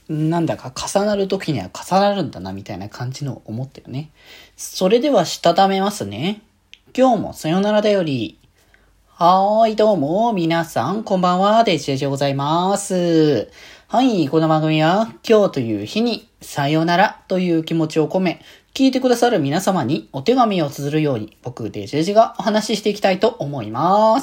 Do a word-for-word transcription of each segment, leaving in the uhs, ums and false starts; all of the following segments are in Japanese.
なんだか重なる時には重なるんだなみたいな感じの思ったよね。それではしたためますね。今日もさよならだより。はーい、どうも、皆さん、こんばんは、デジェジでございます。はい、この番組は、今日という日に、さよならという気持ちを込め、聞いてくださる皆様にお手紙を綴るように、僕、デジェジがお話ししていきたいと思います。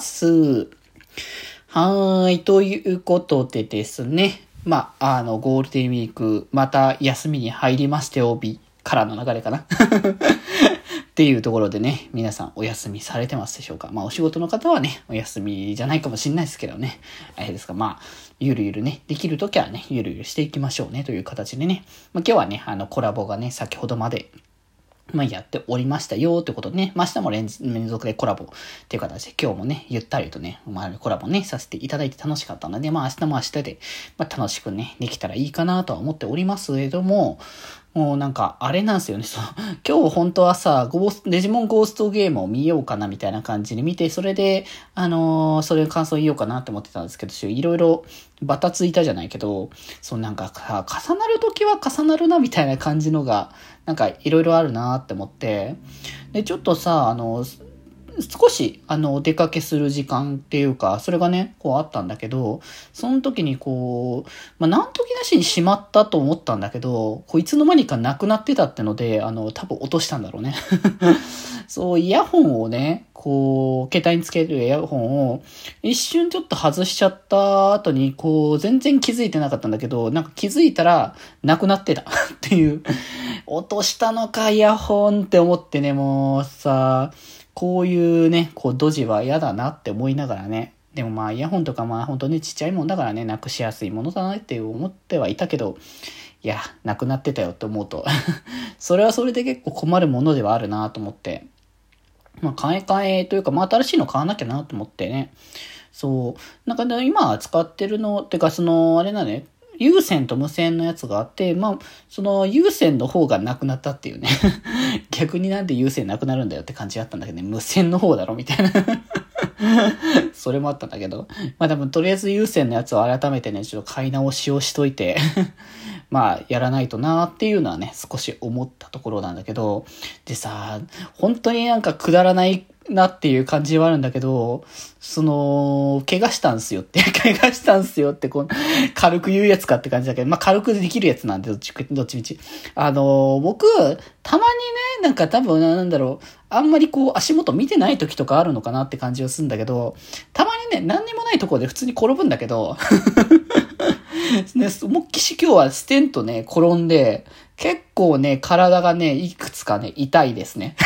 はーい、ということでですね、まあ、あの、ゴールデンウィーク、また休みに入りまして、おびからの流れかな。っていうところでね、皆さんお休みされてますでしょうか。まあお仕事の方はね、お休みじゃないかもしれないですけどね。あれですか、まあ、ゆるゆるね、できるときはね、ゆるゆるしていきましょうねという形でね。まあ今日はね、あのコラボがね、先ほどまで、まあやっておりましたよってことでね、まあ明日も連連続でコラボっていう形で今日もね、ゆったりとね、まあコラボね、させていただいて楽しかったので、まあ明日も明日で、まあ楽しくね、できたらいいかなとは思っておりますけれども、もうなんか、あれなんですよね。そう。今日本当はさ、ゴースト、デジモンゴーストゲームを見ようかなみたいな感じで見て、それで、あのー、それの感想言おうかなって思ってたんですけど、いろいろバタついたじゃないけど、そうなんか、重なるときは重なるなみたいな感じのが、なんかいろいろあるなって思って、で、ちょっとさ、あの、少し、あの、お出かけする時間っていうか、それがね、こうあったんだけど、その時にこう、まあ、なんときなしにしまったと思ったんだけど、こういつの間にかなくなってたってので、あの、多分落としたんだろうね。そう、イヤホンをね、こう、携帯につけるイヤホンを、一瞬ちょっと外しちゃった後に、こう、全然気づいてなかったんだけど、なんか気づいたら、なくなってたっていう、落としたのか、イヤホンって思ってね、もうさ、こういうね、こうドジは嫌だなって思いながらね。でもまあイヤホンとかまあ本当にちっちゃいもんだからね、なくしやすいものだなって思ってはいたけど、いや、なくなってたよって思うと、それはそれで結構困るものではあるなと思って。まあ買い替えというか、まあ新しいの買わなきゃなと思ってね。そう。なんかね、今使ってるの、てかその、あれだね、有線と無線のやつがあって、まあ、その有線の方がなくなったっていうね。逆になんで有線なくなるんだよって感じだったんだけどね。無線の方だろみたいな。それもあったんだけど。まあでもとりあえず有線のやつを改めてね、ちょっと買い直しをしといて、まあやらないとなーっていうのはね、少し思ったところなんだけど、でさ、本当になんかくだらないなっていう感じはあるんだけど、その、怪我したんすよって、怪我したんすよって、こう、軽く言うやつかって感じだけど、まあ、軽くできるやつなんで、どっち、どっちみち。あの、僕、たまにね、なんか多分、なんだろう、あんまりこう、足元見てない時とかあるのかなって感じがするんだけど、たまにね、何にもないところで普通に転ぶんだけど、ね、思いっきし今日はステンとね、転んで、結構ね、体がね、いくつかね、痛いですね。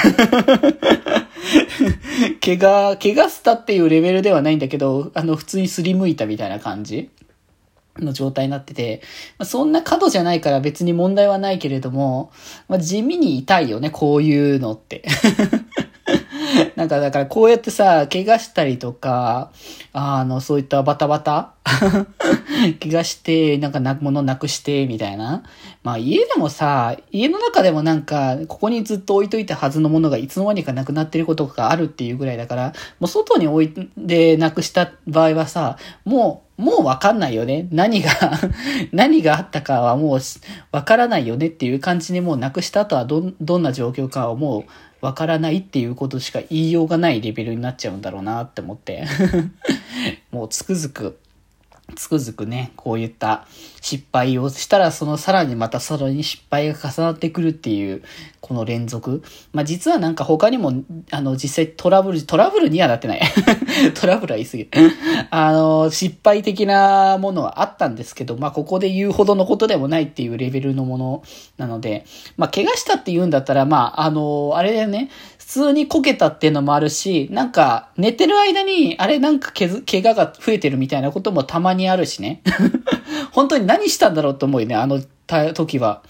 怪我、怪我したっていうレベルではないんだけど、あの、普通にすりむいたみたいな感じの状態になってて、まあ、そんな過度じゃないから別に問題はないけれども、まあ、地味に痛いよね、こういうのって。なんかだからこうやってさ、怪我したりとか、あの、そういったバタバタ怪我して、なんかな、物なくして、みたいな。まあ家でもさ、家の中でもなんか、ここにずっと置いといたはずのものがいつの間にかなくなってることがあるっていうぐらいだから、もう外に置いてなくした場合はさ、もう、もうわかんないよね。何が、何があったかはもうわからないよねっていう感じにもうなくした後はど、どんな状況かはもう、わからないっていうことしか言いようがないレベルになっちゃうんだろうなって思って。もうつくづく、つくづくね、こういった失敗をしたら、そのさらにまたさらに失敗が重なってくるっていう、この連続。まあ、実はなんか他にも、あの、実際トラブル、トラブルにはなってない。トラブルは言い過ぎる。あの、失敗的なものはあったんですけど、まあ、ここで言うほどのことでもないっていうレベルのものなので、まあ、怪我したって言うんだったら、まあ、あの、あれだよね。普通にこけたっていうのもあるし、なんか寝てる間にあれなんかけず怪我が増えてるみたいなこともたまにあるしね。本当に何したんだろうと思うよね、あの時は。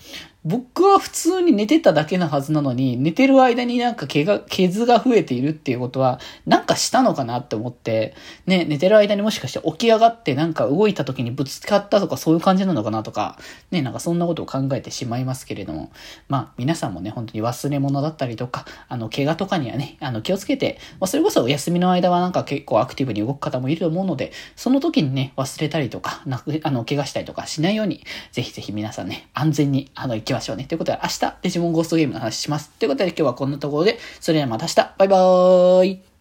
僕は普通に寝てただけなはずなのに、寝てる間になんか毛が、毛図が増えているっていうことは、なんかしたのかなって思って、ね、寝てる間にもしかして起き上がってなんか動いた時にぶつかったとかそういう感じなのかなとか、ね、なんかそんなことを考えてしまいますけれども、まあ皆さんもね、本当に忘れ物だったりとか、あの、怪我とかにはね、あの、気をつけて、まあそれこそお休みの間はなんか結構アクティブに動く方もいると思うので、その時にね、忘れたりとか、なく、あの、怪我したりとかしないように、ぜひぜひ皆さんね、安全に、あの、行きましょうね。ということで、明日、デジモンゴーストゲームの話します。ということで、今日はこんなところで、それではまた明日、バイバーイ。